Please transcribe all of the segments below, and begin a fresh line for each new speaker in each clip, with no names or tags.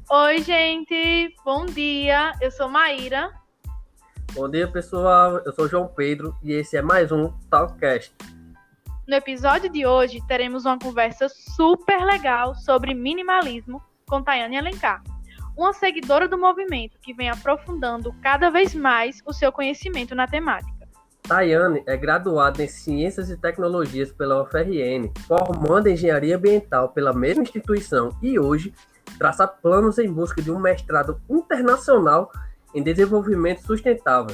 Oi, gente, bom dia. Eu sou Maíra.
Bom dia, pessoal. Eu sou João Pedro e esse é mais um Talkcast.
No episódio de hoje, teremos uma conversa super legal sobre minimalismo com Tayane Alencar, uma seguidora do movimento que vem aprofundando cada vez mais o seu conhecimento na temática.
Tayane é graduada em Ciências e Tecnologias pela UFRN, formando em Engenharia Ambiental pela mesma instituição e hoje traça planos em busca de um mestrado internacional em Desenvolvimento Sustentável.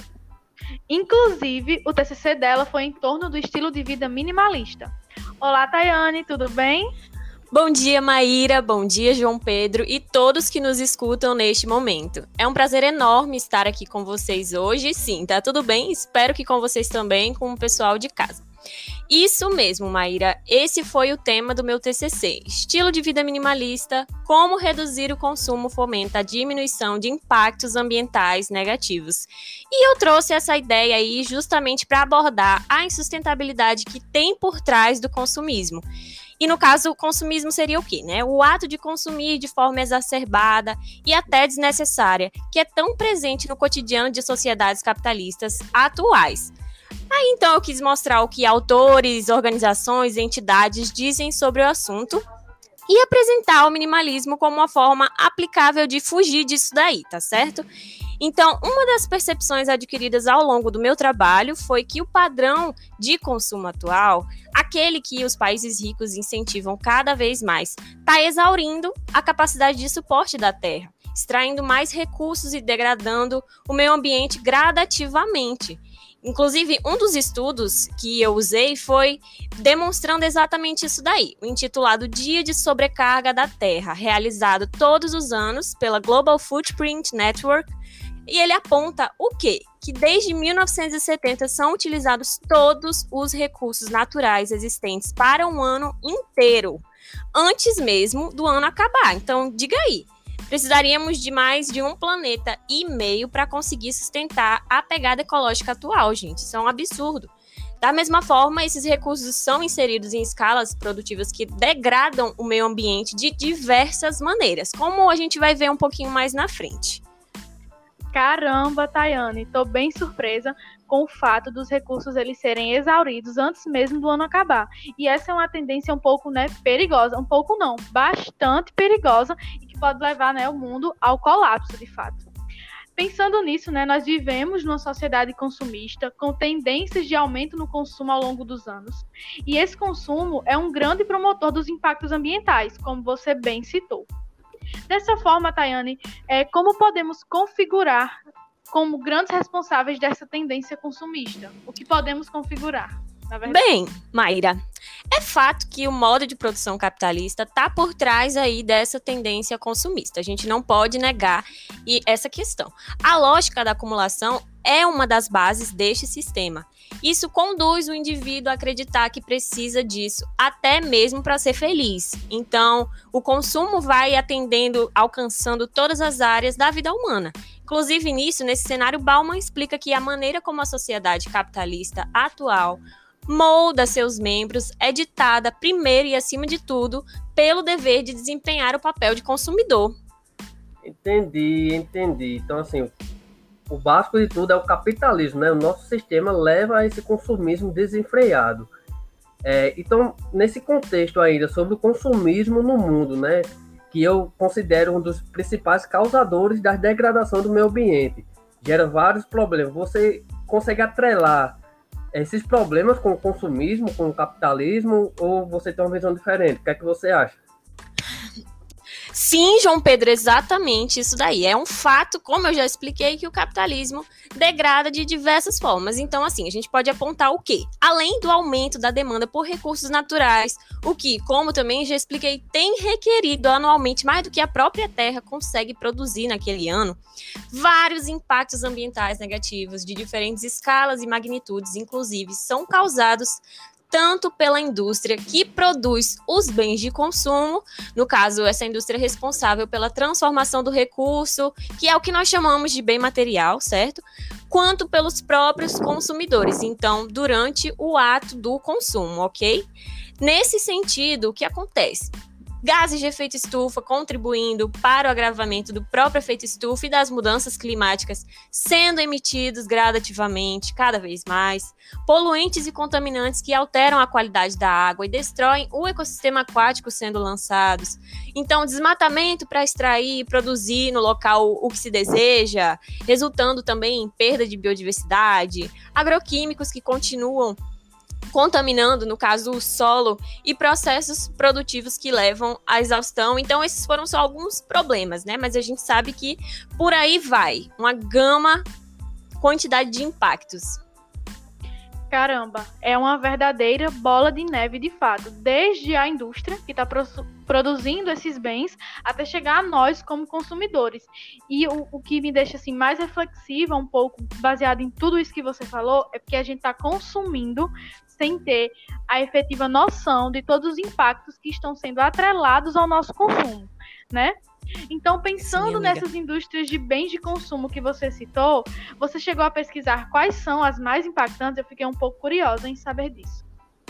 Inclusive, o TCC dela foi em torno do estilo de vida minimalista. Olá, Tayane, tudo bem?
Bom dia, Maíra, bom dia, João Pedro e todos que nos escutam neste momento. É um prazer enorme estar aqui com vocês hoje. Sim, tá tudo bem? Espero que com vocês também, com o pessoal de casa. Isso mesmo, Maíra, esse foi o tema do meu TCC, estilo de vida minimalista, como reduzir o consumo fomenta a diminuição de impactos ambientais negativos. E eu trouxe essa ideia aí justamente para abordar a insustentabilidade que tem por trás do consumismo. E no caso, o consumismo seria o quê, né? O ato de consumir de forma exacerbada e até desnecessária, que é tão presente no cotidiano de sociedades capitalistas atuais. Aí então eu quis mostrar o que autores, organizações, entidades dizem sobre o assunto e apresentar o minimalismo como uma forma aplicável de fugir disso daí, tá certo? Então, uma das percepções adquiridas ao longo do meu trabalho foi que o padrão de consumo atual, aquele que os países ricos incentivam cada vez mais, está exaurindo a capacidade de suporte da Terra, extraindo mais recursos e degradando o meio ambiente gradativamente. Inclusive, um dos estudos que eu usei foi demonstrando exatamente isso daí, o intitulado Dia de Sobrecarga da Terra, realizado todos os anos pela Global Footprint Network, e ele aponta o quê? Que desde 1970 são utilizados todos os recursos naturais existentes para um ano inteiro, antes mesmo do ano acabar. Então, diga aí. Precisaríamos de mais de 1,5 planeta para conseguir sustentar a pegada ecológica atual, gente. Isso é um absurdo. Da mesma forma, esses recursos são inseridos em escalas produtivas que degradam o meio ambiente de diversas maneiras, como a gente vai ver um pouquinho mais na frente.
Caramba, Tayane, tô bem surpresa com o fato dos recursos eles serem exauridos antes mesmo do ano acabar. E essa é uma tendência um pouco, perigosa, um pouco não, bastante perigosa e que pode levar, o mundo ao colapso, de fato. Pensando nisso, nós vivemos numa sociedade consumista com tendências de aumento no consumo ao longo dos anos. E esse consumo é um grande promotor dos impactos ambientais, como você bem citou. Dessa forma, Tayane, como podemos configurar como grandes responsáveis dessa tendência consumista? O que podemos configurar, na verdade?
Bem, Maíra, é fato que o modo de produção capitalista está por trás aí dessa tendência consumista. A gente não pode negar essa questão. A lógica da acumulação é uma das bases deste sistema. Isso conduz o indivíduo a acreditar que precisa disso, até mesmo para ser feliz. Então, o consumo vai alcançando todas as áreas da vida humana. Inclusive nisso, nesse cenário, Bauman explica que a maneira como a sociedade capitalista atual molda seus membros é ditada, primeiro e acima de tudo, pelo dever de desempenhar o papel de consumidor.
Entendi. Então, assim, o básico de tudo é o capitalismo, né? O nosso sistema leva a esse consumismo desenfreado. Então, nesse contexto ainda, sobre o consumismo no mundo, né? Que eu considero um dos principais causadores da degradação do meio ambiente. Gera vários problemas. Você consegue atrelar esses problemas com o consumismo, com o capitalismo, ou você tem uma visão diferente? O que é que você acha?
Sim, João Pedro, exatamente isso daí. É um fato, como eu já expliquei, que o capitalismo degrada de diversas formas. Então, assim, a gente pode apontar o quê? Além do aumento da demanda por recursos naturais, o que, como também já expliquei, tem requerido anualmente mais do que a própria Terra consegue produzir naquele ano, vários impactos ambientais negativos de diferentes escalas e magnitudes, inclusive, são causados tanto pela indústria que produz os bens de consumo, no caso, essa indústria é responsável pela transformação do recurso, que é o que nós chamamos de bem material, certo? Quanto pelos próprios consumidores, então, durante o ato do consumo, ok? Nesse sentido, o que acontece? gases de efeito estufa contribuindo para o agravamento do próprio efeito estufa e das mudanças climáticas sendo emitidos gradativamente, cada vez mais, poluentes e contaminantes que alteram a qualidade da água e destroem o ecossistema aquático sendo lançados. Então, desmatamento para extrair e produzir no local o que se deseja, resultando também em perda de biodiversidade, agroquímicos que continuam contaminando, no caso, o solo e processos produtivos que levam à exaustão. Então, esses foram só alguns problemas, né? Mas a gente sabe que por aí vai uma gama, quantidade de impactos.
Caramba, é uma verdadeira bola de neve de fato, desde a indústria que está produzindo esses bens até chegar a nós como consumidores. E o que me deixa assim mais reflexiva, um pouco baseado em tudo isso que você falou, é porque a gente está consumindo sem ter a efetiva noção de todos os impactos que estão sendo atrelados ao nosso consumo, né? Então, pensando nessas indústrias de bens de consumo que você citou, você chegou a pesquisar quais são as mais impactantes? Eu fiquei um pouco curiosa em saber disso.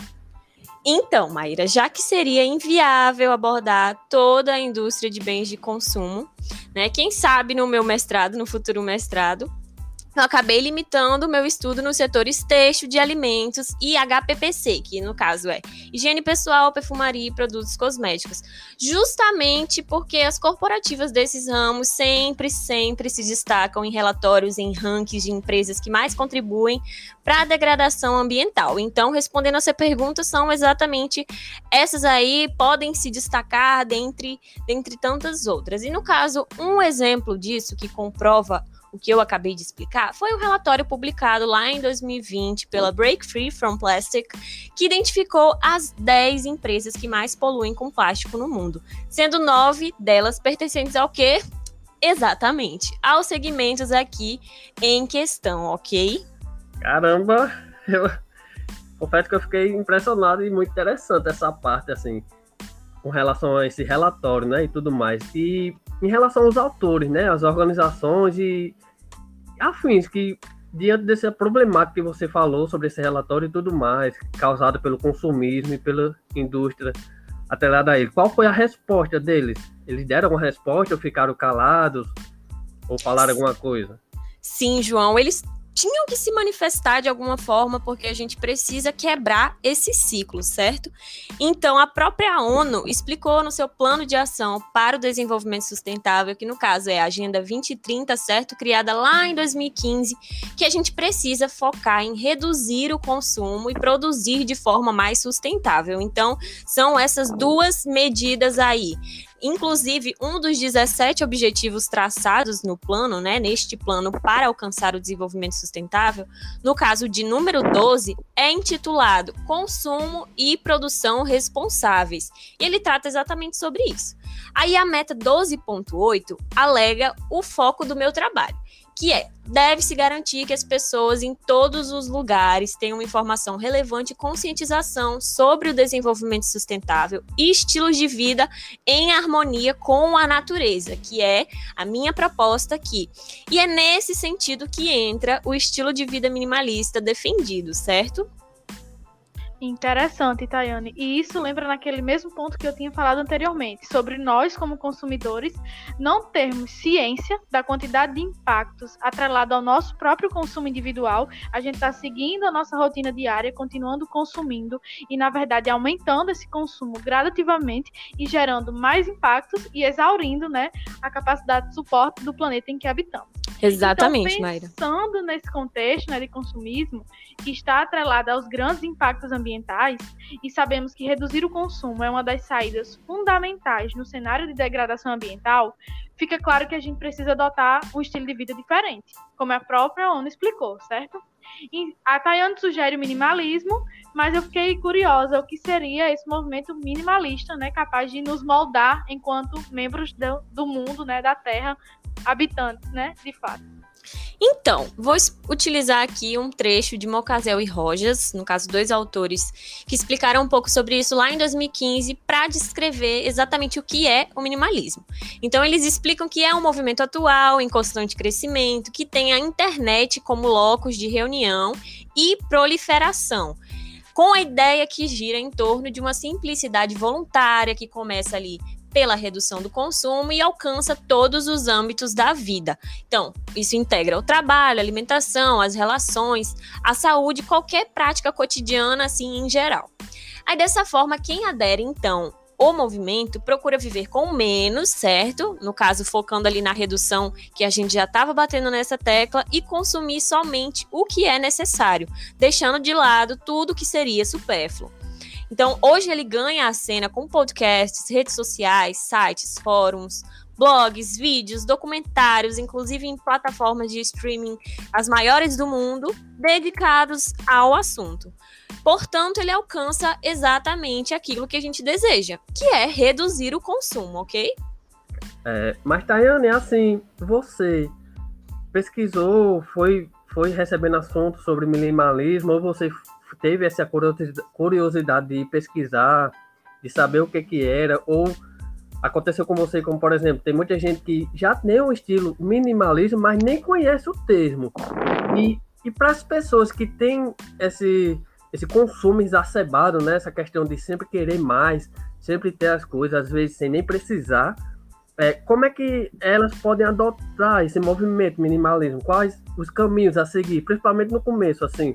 Então, Maíra, já que seria inviável abordar toda a indústria de bens de consumo, né? Quem sabe no meu mestrado, no futuro mestrado, eu acabei limitando o meu estudo nos setores têxtil, de alimentos e HPPC, que no caso é higiene pessoal, perfumaria e produtos cosméticos. Justamente porque as corporativas desses ramos sempre se destacam em relatórios, em rankings de empresas que mais contribuem para a degradação ambiental. Então, respondendo a essa pergunta, são exatamente essas aí, podem se destacar dentre tantas outras. E no caso, um exemplo disso que comprova o que eu acabei de explicar, foi um relatório publicado lá em 2020 pela Break Free from Plastic, que identificou as 10 empresas que mais poluem com plástico no mundo, sendo 9 delas pertencentes ao quê? Exatamente, aos segmentos aqui em questão, ok?
Caramba, eu confesso que eu fiquei impressionado e muito interessante essa parte, assim, com relação a esse relatório, né, e tudo mais. E em relação aos autores, né, as organizações e afins que, diante dessa problemática que você falou sobre esse relatório e tudo mais, causado pelo consumismo e pela indústria atrelada a ele, qual foi a resposta deles? Eles deram uma resposta ou ficaram calados? Ou falaram alguma coisa?
Sim, João, eles tinham que se manifestar de alguma forma, porque a gente precisa quebrar esse ciclo, certo? Então, a própria ONU explicou no seu plano de ação para o desenvolvimento sustentável, que no caso é a Agenda 2030, certo? Criada lá em 2015, que a gente precisa focar em reduzir o consumo e produzir de forma mais sustentável. Então, são essas duas medidas aí. Inclusive, um dos 17 objetivos traçados no plano, né, neste plano para alcançar o desenvolvimento sustentável, no caso de número 12, é intitulado Consumo e Produção Responsáveis. E ele trata exatamente sobre isso. Aí a meta 12.8 alega o foco do meu trabalho, que é, deve-se garantir que as pessoas em todos os lugares tenham informação relevante e conscientização sobre o desenvolvimento sustentável e estilos de vida em harmonia com a natureza, que é a minha proposta aqui. E é nesse sentido que entra o estilo de vida minimalista defendido, certo?
Interessante, Tayane. E isso lembra naquele mesmo ponto que eu tinha falado anteriormente, sobre nós, como consumidores, não termos ciência da quantidade de impactos atrelado ao nosso próprio consumo individual. A gente está seguindo a nossa rotina diária, continuando consumindo e, na verdade, aumentando esse consumo gradativamente e gerando mais impactos e exaurindo, né, a capacidade de suporte do planeta em que habitamos.
Exatamente,
então,
Mayra.
Pensando nesse contexto, né, de consumismo, que está atrelado aos grandes impactos ambientais, e sabemos que reduzir o consumo é uma das saídas fundamentais no cenário de degradação ambiental, fica claro que a gente precisa adotar um estilo de vida diferente, como a própria ONU explicou, certo? E a Tayane sugere o minimalismo, mas eu fiquei curiosa, o que seria esse movimento minimalista, né, capaz de nos moldar enquanto membros do mundo, né, da Terra, habitantes, né, de fato.
Então, vou utilizar aqui um trecho de Mocasel e Rojas, no caso, 2 autores, que explicaram um pouco sobre isso lá em 2015, para descrever exatamente o que é o minimalismo. Então, eles explicam que é um movimento atual, em constante crescimento, que tem a internet como locus de reunião e proliferação, com a ideia que gira em torno de uma simplicidade voluntária que começa ali pela redução do consumo e alcança todos os âmbitos da vida. Então, isso integra o trabalho, a alimentação, as relações, a saúde, qualquer prática cotidiana, assim, em geral. Aí, dessa forma, quem adere, então, ao movimento procura viver com menos, certo? No caso, focando ali na redução, que a gente já estava batendo nessa tecla, e consumir somente o que é necessário, deixando de lado tudo que seria supérfluo. Então, hoje ele ganha a cena com podcasts, redes sociais, sites, fóruns, blogs, vídeos, documentários, inclusive em plataformas de streaming, as maiores do mundo, dedicados ao assunto. Portanto, ele alcança exatamente aquilo que a gente deseja, que é reduzir o consumo, ok?
Mas, Tayane, assim, você pesquisou, foi recebendo assuntos sobre minimalismo, ou você teve essa curiosidade de pesquisar, de saber o que era, ou aconteceu com você, como por exemplo, tem muita gente que já tem um estilo minimalismo, mas nem conhece o termo. E para as pessoas que têm esse consumo exacerbado, né, essa questão de sempre querer mais, sempre ter as coisas, às vezes sem nem precisar, como é que elas podem adotar esse movimento minimalismo? Quais os caminhos a seguir, principalmente no começo, assim?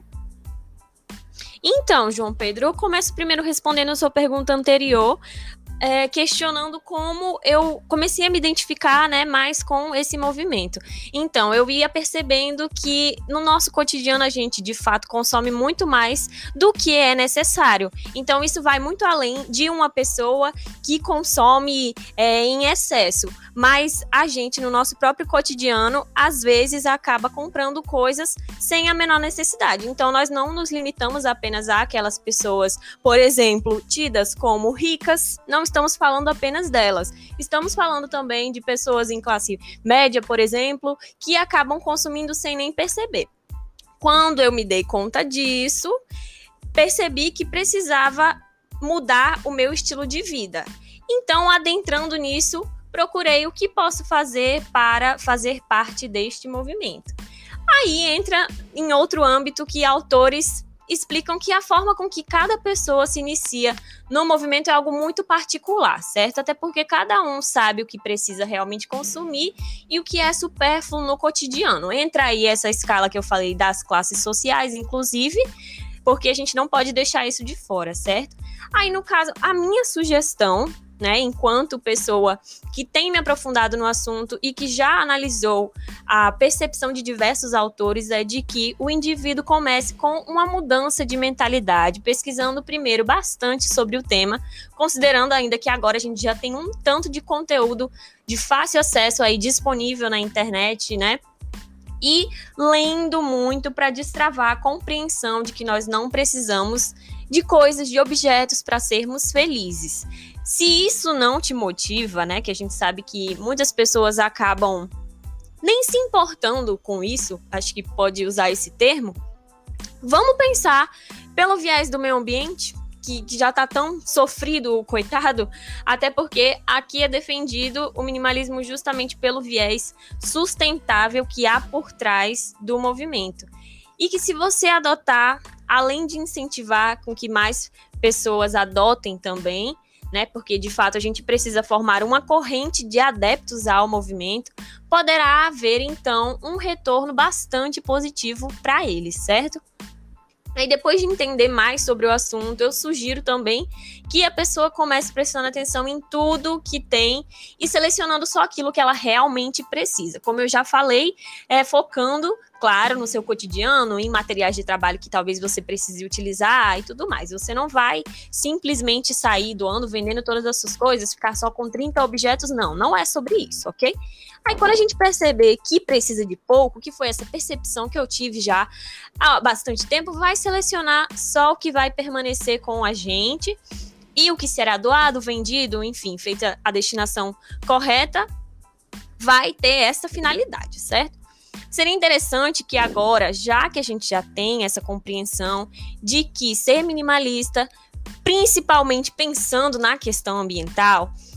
Então, João Pedro, eu começo primeiro respondendo a sua pergunta anterior, questionando como eu comecei a me identificar, né, mais com esse movimento. Então, eu ia percebendo que no nosso cotidiano a gente, de fato, consome muito mais do que é necessário. Então, isso vai muito além de uma pessoa que consome em excesso. Mas a gente, no nosso próprio cotidiano, às vezes acaba comprando coisas sem a menor necessidade. Então, nós não nos limitamos apenas àquelas pessoas, por exemplo, tidas como ricas, não estamos falando apenas delas. Estamos falando também de pessoas em classe média, por exemplo, que acabam consumindo sem nem perceber. Quando eu me dei conta disso, percebi que precisava mudar o meu estilo de vida. Então, adentrando nisso, procurei o que posso fazer para fazer parte deste movimento. Aí entra em outro âmbito que autores explicam que a forma com que cada pessoa se inicia no movimento é algo muito particular, certo? Até porque cada um sabe o que precisa realmente consumir e o que é supérfluo no cotidiano. Entra aí essa escala que eu falei das classes sociais, inclusive, porque a gente não pode deixar isso de fora, certo? Aí, no caso, a minha sugestão, né, enquanto pessoa que tem me aprofundado no assunto e que já analisou a percepção de diversos autores, é de que o indivíduo comece com uma mudança de mentalidade, pesquisando primeiro bastante sobre o tema, considerando ainda que agora a gente já tem um tanto de conteúdo de fácil acesso aí disponível na internet, né? E lendo muito para destravar a compreensão de que nós não precisamos de coisas, de objetos para sermos felizes. Se isso não te motiva, né, que a gente sabe que muitas pessoas acabam nem se importando com isso, acho que pode usar esse termo, vamos pensar pelo viés do meio ambiente, que já está tão sofrido, coitado, até porque aqui é defendido o minimalismo justamente pelo viés sustentável que há por trás do movimento. E que se você adotar, além de incentivar com que mais pessoas adotem também, né, porque de fato a gente precisa formar uma corrente de adeptos ao movimento, poderá haver então um retorno bastante positivo para eles, certo? Aí depois de entender mais sobre o assunto, eu sugiro também que a pessoa comece prestando atenção em tudo que tem e selecionando só aquilo que ela realmente precisa. Como eu já falei, focando, claro, no seu cotidiano, em materiais de trabalho que talvez você precise utilizar e tudo mais. Você não vai simplesmente sair doando, vendendo todas as suas coisas, ficar só com 30 objetos, não é sobre isso, ok? Aí quando a gente perceber que precisa de pouco, que foi essa percepção que eu tive já há bastante tempo, vai selecionar só o que vai permanecer com a gente e o que será doado, vendido, enfim, feita a destinação correta, vai ter essa finalidade, certo? Seria interessante que agora, já que a gente já tem essa compreensão de que ser minimalista, principalmente pensando na questão ambiental,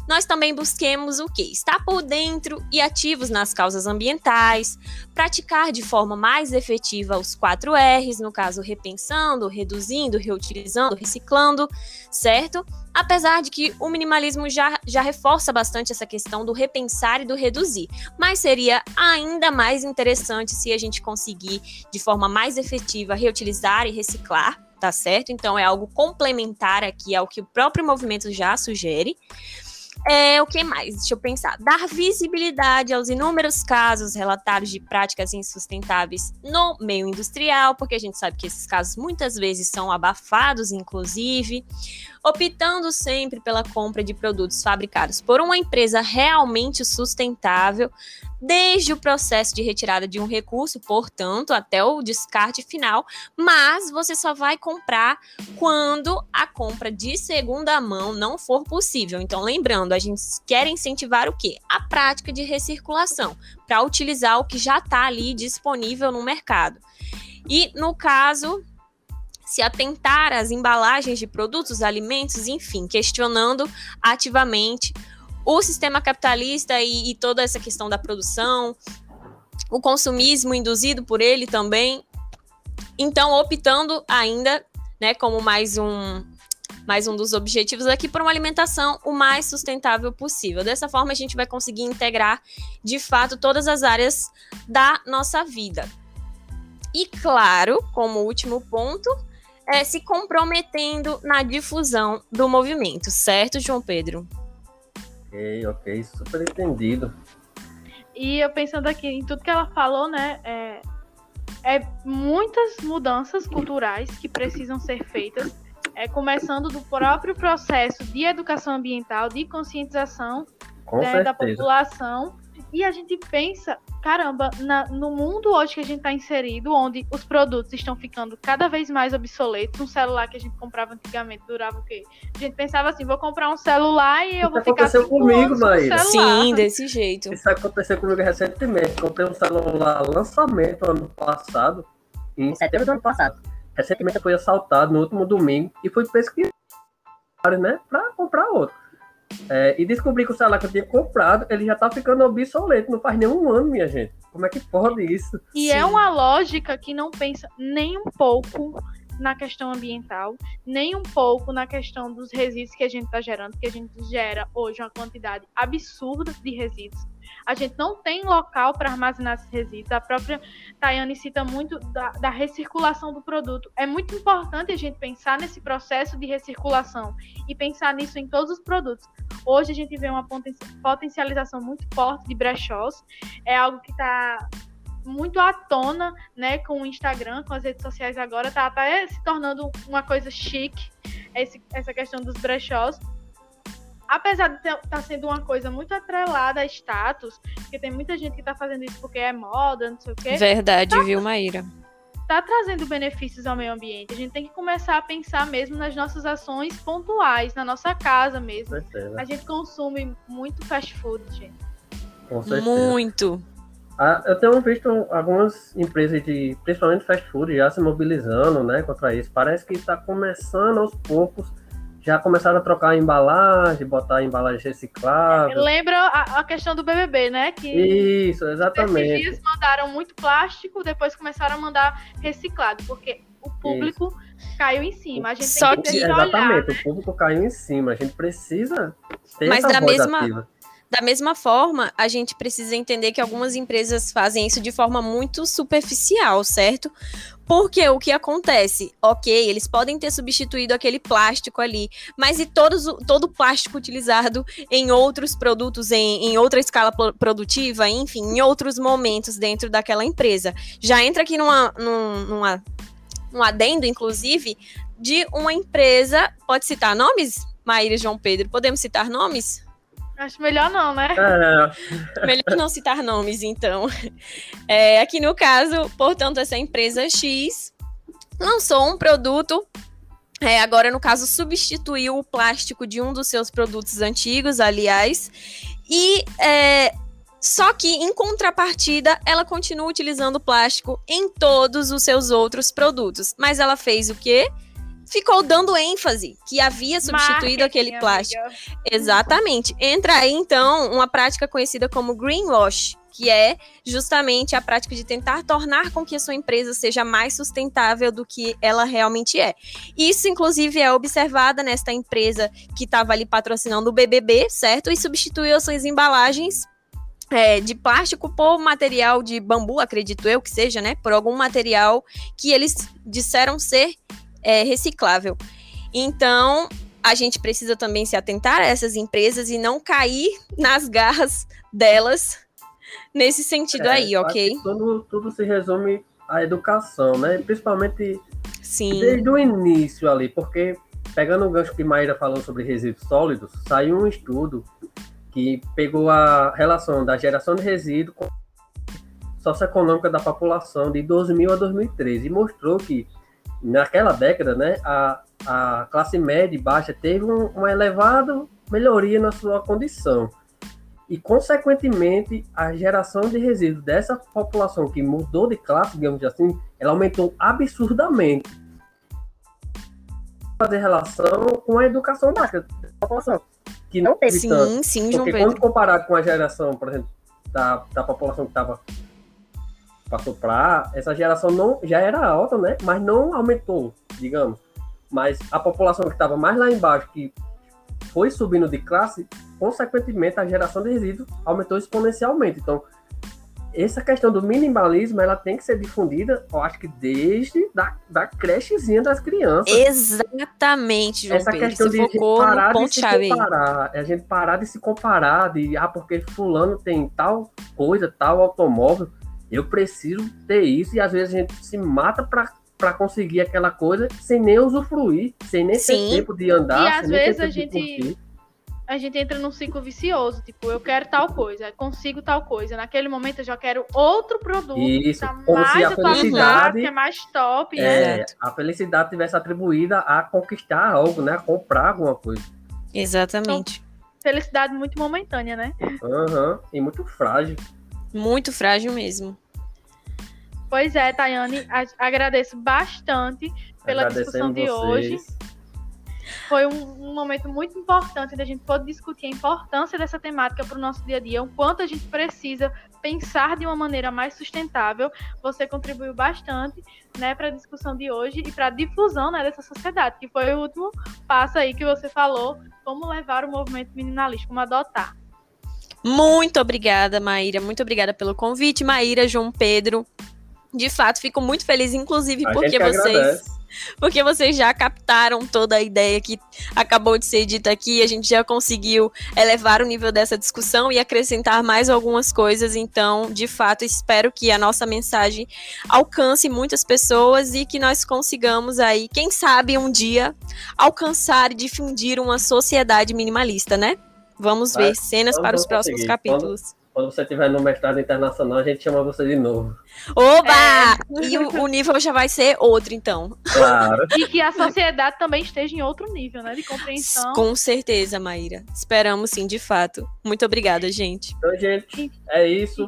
nós também busquemos o quê? Estar por dentro e ativos nas causas ambientais, praticar de forma mais efetiva os 4 R's, no caso, repensando, reduzindo, reutilizando, reciclando, certo? Apesar de que o minimalismo já reforça bastante essa questão do repensar e do reduzir, mas seria ainda mais interessante se a gente conseguir, de forma mais efetiva, reutilizar e reciclar, tá certo? Então, é algo complementar aqui ao que o próprio movimento já sugere. O que mais? Deixa eu pensar. Dar visibilidade aos inúmeros casos relatados de práticas insustentáveis no meio industrial, porque a gente sabe que esses casos muitas vezes são abafados, inclusive. Optando sempre pela compra de produtos fabricados por uma empresa realmente sustentável, desde o processo de retirada de um recurso, portanto, até o descarte final, mas você só vai comprar quando a compra de segunda mão não for possível. Então, lembrando, a gente quer incentivar o quê? A prática de recirculação, para utilizar o que já está ali disponível no mercado. E, no caso, se atentar às embalagens de produtos, alimentos, enfim, questionando ativamente o sistema capitalista e toda essa questão da produção, o consumismo induzido por ele também. Então, optando ainda, né, como mais um dos objetivos aqui, por uma alimentação o mais sustentável possível. Dessa forma, a gente vai conseguir integrar, de fato, todas as áreas da nossa vida. E, claro, como último ponto, se comprometendo na difusão do movimento, certo, João Pedro?
Ok, super entendido.
E eu pensando aqui em tudo que ela falou, né, muitas mudanças culturais que precisam ser feitas, começando do próprio processo de educação ambiental, de conscientização, né, da população. E a gente pensa, caramba, no mundo hoje que a gente está inserido, onde os produtos estão ficando cada vez mais obsoletos. Um celular que a gente comprava antigamente durava o quê? A gente pensava assim, vou comprar um celular e eu vou ficar 5 anos com o celular.
Sim, desse jeito.
Isso aconteceu comigo recentemente. Comprei um celular lançamento ano passado, em setembro do ano passado. Recentemente eu fui assaltado no último domingo e fui pesquisar, né, para comprar outro. E descobri que o celular que eu tinha comprado, ele já tá ficando obsoleto, não faz nenhum ano, minha gente. Como é que pode isso?
E é uma lógica que não pensa nem um pouco na questão ambiental, nem um pouco na questão dos resíduos que a gente está gerando, porque a gente gera hoje uma quantidade absurda de resíduos. A gente não tem local para armazenar esses resíduos. A própria Tayane cita muito da recirculação do produto. É muito importante a gente pensar nesse processo de recirculação e pensar nisso em todos os produtos. Hoje a gente vê uma potencialização muito forte de brechós. É algo que está muito à tona, né, com o Instagram, com as redes sociais agora, tá até se tornando uma coisa chique, essa questão dos brechós. Apesar de estar sendo uma coisa muito atrelada a status, porque tem muita gente que está fazendo isso porque é moda, não sei o quê.
Verdade, viu, Maíra?
Tá trazendo benefícios ao meio ambiente. A gente tem que começar a pensar mesmo nas nossas ações pontuais, na nossa casa mesmo. A gente consome muito fast food, gente.
Com certeza.
Muito.
Eu tenho visto algumas empresas principalmente fast food, já se mobilizando, né, contra isso. Parece que está começando aos poucos. Já começaram a trocar a embalagem, botar a embalagem reciclável.
Lembra a questão do BBB, né? Que
isso, exatamente.
Esses dias mandaram muito plástico, depois começaram a mandar reciclado, porque o público caiu em cima. A gente tem que
exatamente,
olhar, né?
O público caiu em cima. A gente precisa ter
Mas
essa voz ativa.
Da mesma forma, a gente precisa entender que algumas empresas fazem isso de forma muito superficial, certo? Porque o que acontece? Ok, eles podem ter substituído aquele plástico ali, mas e todo o plástico utilizado em outros produtos, em outra escala produtiva, enfim, em outros momentos dentro daquela empresa. Já entra aqui num adendo, inclusive, de uma empresa, pode citar nomes? Maíra e João Pedro, podemos citar nomes?
Acho melhor não, né?
Melhor não citar nomes, então. Aqui no caso, portanto, essa empresa X lançou um produto, agora no caso substituiu o plástico de um dos seus produtos antigos, aliás, e só que em contrapartida ela continua utilizando plástico em todos os seus outros produtos. Mas ela fez o quê? ficou dando ênfase que havia substituído aquele plástico.
Amiga.
Exatamente. Entra aí, então, uma prática conhecida como greenwash, que é justamente a prática de tentar tornar com que a sua empresa seja mais sustentável do que ela realmente é. Isso, inclusive, é observada nesta empresa que estava ali patrocinando o BBB, certo? E substituiu as suas embalagens de plástico por material de bambu, acredito eu que seja, né? Por algum material que eles disseram ser reciclável. Então, a gente precisa também se atentar a essas empresas e não cair nas garras delas nesse sentido aí, ok?
Tudo se resume à educação, né? Principalmente
Sim.
Desde o início ali, porque pegando o gancho que Maíra falou sobre resíduos sólidos, saiu um estudo que pegou a relação da geração de resíduo com a socioeconômica da população de 2000 a 2013 e mostrou que naquela década, né, a classe média e baixa teve uma elevada melhoria na sua condição. E, consequentemente, a geração de resíduos dessa população que mudou de classe, digamos assim, ela aumentou absurdamente. Fazer relação com a educação básica da população, que não teve tanto.
Sim, João
Porque
Pedro.
quando comparado com a geração, por exemplo, da população que passou para essa geração não, já era alta, né? Mas não aumentou, digamos. Mas a população que estava mais lá embaixo, que foi subindo de classe, consequentemente, a geração de resíduos aumentou exponencialmente. Então, essa questão do minimalismo, ela tem que ser difundida, eu acho que desde da crechezinha das crianças.
Exatamente, João
essa
Pedro.
Questão
Você
de
focou
parar
no
de se
ponto-chave aí.
comparar, a gente parar de se comparar, porque fulano tem tal coisa, tal automóvel, eu preciso ter isso, e às vezes a gente se mata para conseguir aquela coisa sem nem usufruir, sem nem ter tempo de andar.
E às vezes
a
gente entra num ciclo vicioso, tipo, eu quero tal coisa, consigo tal coisa, naquele momento eu já quero outro produto
isso,
que tá
como
mais
se a
atualizado,
felicidade,
que é mais top.
A felicidade tivesse atribuída a conquistar algo, né, a comprar alguma coisa.
Exatamente.
Então, felicidade muito momentânea, né?
E muito frágil.
Muito frágil mesmo.
Pois é, Tayane, agradeço bastante pela discussão de hoje. Foi um momento muito importante da gente poder discutir a importância dessa temática para o nosso dia a dia, o quanto a gente precisa pensar de uma maneira mais sustentável. Você contribuiu bastante, né, para a discussão de hoje e para a difusão, né, dessa sociedade, que foi o último passo aí que você falou, como levar o movimento minimalista, como adotar.
Muito obrigada, Maíra. Muito obrigada pelo convite, Maíra, João Pedro. De fato, fico muito feliz, inclusive, porque vocês já captaram toda a ideia que acabou de ser dita aqui. A gente já conseguiu elevar o nível dessa discussão e acrescentar mais algumas coisas. Então, de fato, espero que a nossa mensagem alcance muitas pessoas e que nós consigamos aí, quem sabe, um dia alcançar e difundir uma sociedade minimalista, né? Vamos ver cenas para os próximos capítulos.
Quando você estiver no mestrado internacional, a gente chama você de novo.
Oba! E o nível já vai ser outro, então.
Claro.
E que a sociedade também esteja em outro nível, né? De compreensão.
Com certeza, Maíra. Esperamos sim, de fato. Muito obrigada, gente.
Então, gente, é isso.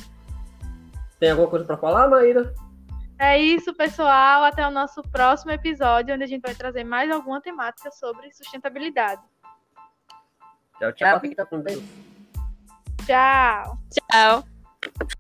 Tem alguma coisa para falar, Maíra?
É isso, pessoal. Até o nosso próximo episódio, onde a gente vai trazer mais alguma temática sobre sustentabilidade.
Tchau, tchau.
Tchau.
Tchau.